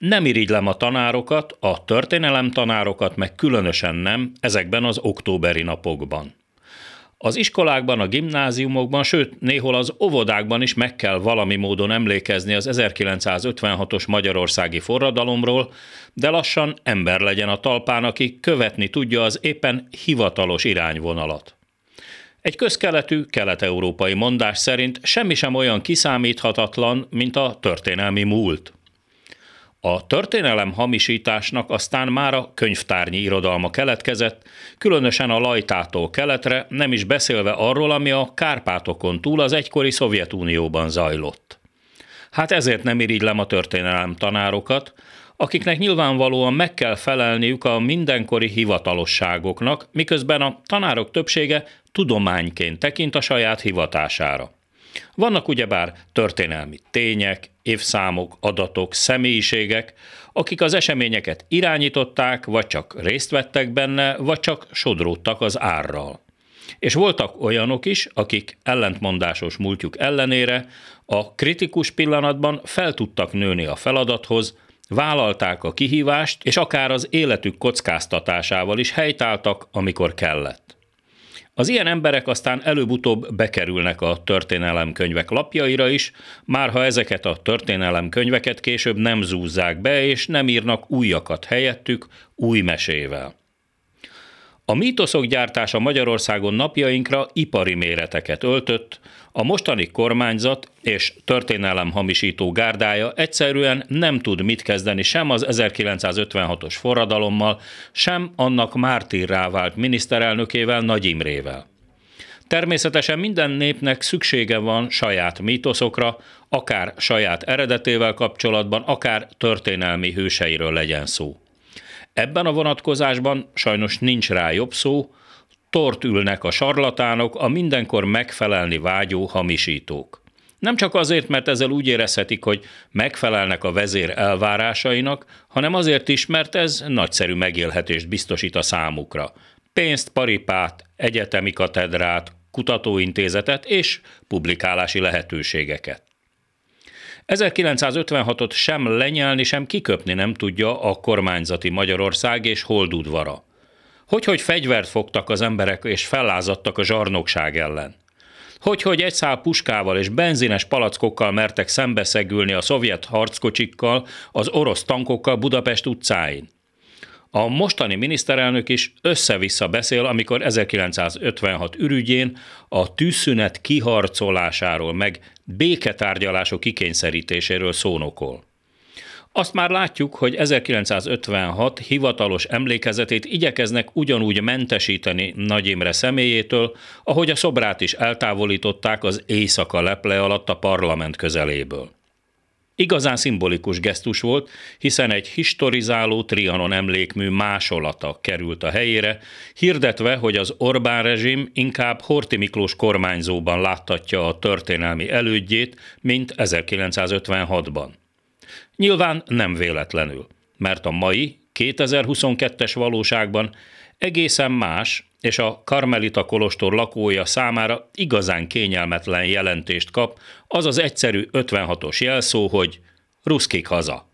Nem irigylem a tanárokat, a történelem tanárokat meg különösen nem ezekben az októberi napokban. Az iskolákban, a gimnáziumokban, sőt, néhol az óvodákban is meg kell valami módon emlékezni az 1956-os magyarországi forradalomról, de lassan ember legyen a talpán, aki követni tudja az éppen hivatalos irányvonalat. Egy közkeletű, kelet-európai mondás szerint semmi sem olyan kiszámíthatatlan, mint a történelmi múlt. A történelem hamisításnak aztán már a könyvtárnyi irodalma keletkezett, különösen a Lajtától keletre, nem is beszélve arról, ami a Kárpátokon túl az egykori Szovjetunióban zajlott. Hát ezért nem irigylem a történelem tanárokat, akiknek nyilvánvalóan meg kell felelniük a mindenkori hivatalosságoknak, miközben a tanárok többsége tudományként tekint a saját hivatására. Vannak ugyebár történelmi tények, évszámok, adatok, személyiségek, akik az eseményeket irányították, vagy csak részt vettek benne, vagy csak sodródtak az árral. És voltak olyanok is, akik ellentmondásos múltjuk ellenére a kritikus pillanatban fel tudtak nőni a feladathoz, vállalták a kihívást, és akár az életük kockáztatásával is helytáltak, amikor kellett. Az ilyen emberek aztán előbb-utóbb bekerülnek a történelemkönyvek lapjaira is, már ha ezeket a történelemkönyveket később nem zúzzák be, és nem írnak újakat helyettük új mesével. A mítoszok gyártása Magyarországon napjainkra ipari méreteket öltött, a mostani kormányzat és történelemhamisító gárdája egyszerűen nem tud mit kezdeni sem az 1956-os forradalommal, sem annak mártírrá vált miniszterelnökével, Nagy Imrével. Természetesen minden népnek szüksége van saját mítoszokra, akár saját eredetével kapcsolatban, akár történelmi hőseiről legyen szó. Ebben a vonatkozásban sajnos nincs rá jobb szó, tort ülnek a sarlatánok, a mindenkor megfelelni vágyó hamisítók. Nem csak azért, mert ezzel úgy érezhetik, hogy megfelelnek a vezér elvárásainak, hanem azért is, mert ez nagyszerű megélhetést biztosít a számukra. Pénzt, paripát, egyetemi katedrát, kutatóintézetet és publikálási lehetőségeket. 1956-ot sem lenyelni, sem kiköpni nem tudja a kormányzati Magyarország és holdudvara. Hogy fegyvert fogtak az emberek és fellázadtak a zsarnokság ellen. Hogy egy szál puskával és benzines palackokkal mertek szembeszegülni a szovjet harckocsikkal, az orosz tankokkal Budapest utcáin. A mostani miniszterelnök is össze-vissza beszél, amikor 1956 ürügyén a tűzszünet kiharcolásáról meg béketárgyalások kikényszerítéséről szónokol. Azt már látjuk, hogy 1956 hivatalos emlékezetét igyekeznek ugyanúgy mentesíteni Nagy Imre személyétől, ahogy a szobrát is eltávolították az éjszaka leple alatt a parlament közeléből. Igazán szimbolikus gesztus volt, hiszen egy historizáló Trianon emlékmű másolata került a helyére, hirdetve, hogy az Orbán rezsim inkább Horthy Miklós kormányzóban láttatja a történelmi elődjét, mint 1956-ban. Nyilván nem véletlenül, mert a mai, 2022-es valóságban egészen más, és a karmelita kolostor lakója számára igazán kényelmetlen jelentést kap az az egyszerű 56-os jelszó, hogy ruszkik haza.